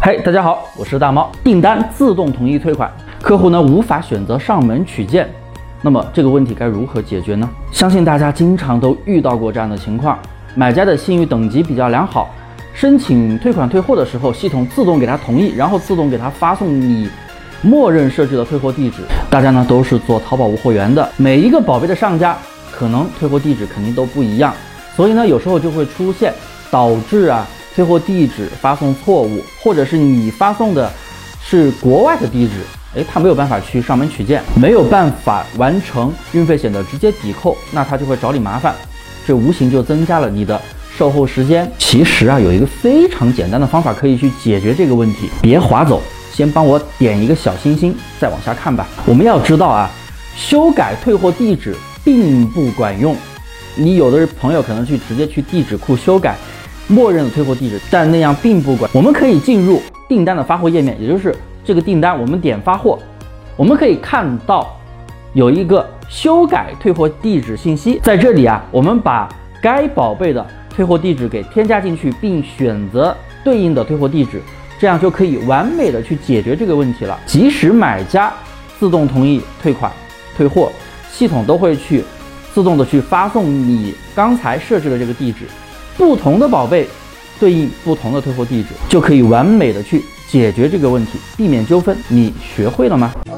嘿，大家好，我是大猫。订单自动同意退款，客户呢无法选择上门取件，那么这个问题该如何解决呢？相信大家经常都遇到过这样的情况，买家的信誉等级比较良好，申请退款退货的时候，系统自动给他同意，然后自动给他发送你默认设置的退货地址。大家呢都是做淘宝无货源的，每一个宝贝的上家可能退货地址肯定都不一样，所以呢有时候就会出现导致退货地址发送错误，或者是你发送的是国外的地址，他没有办法去上门取件，没有办法完成运费险的直接抵扣，那他就会找你麻烦，这无形就增加了你的售后时间。其实有一个非常简单的方法可以去解决这个问题，别划走，先帮我点一个小心心，再往下看吧。我们要知道修改退货地址并不管用，你有的朋友可能直接去地址库修改默认的退货地址，但那样并不管。我们可以进入订单的发货页面，也就是这个订单，我们点发货，我们可以看到有一个修改退货地址信息，在这里我们把该宝贝的退货地址给添加进去，并选择对应的退货地址，这样就可以完美的去解决这个问题了。即使买家自动同意退款退货，系统都会去自动的去发送你刚才设置的这个地址，不同的宝贝对应不同的退货地址，就可以完美的去解决这个问题，避免纠纷。你学会了吗？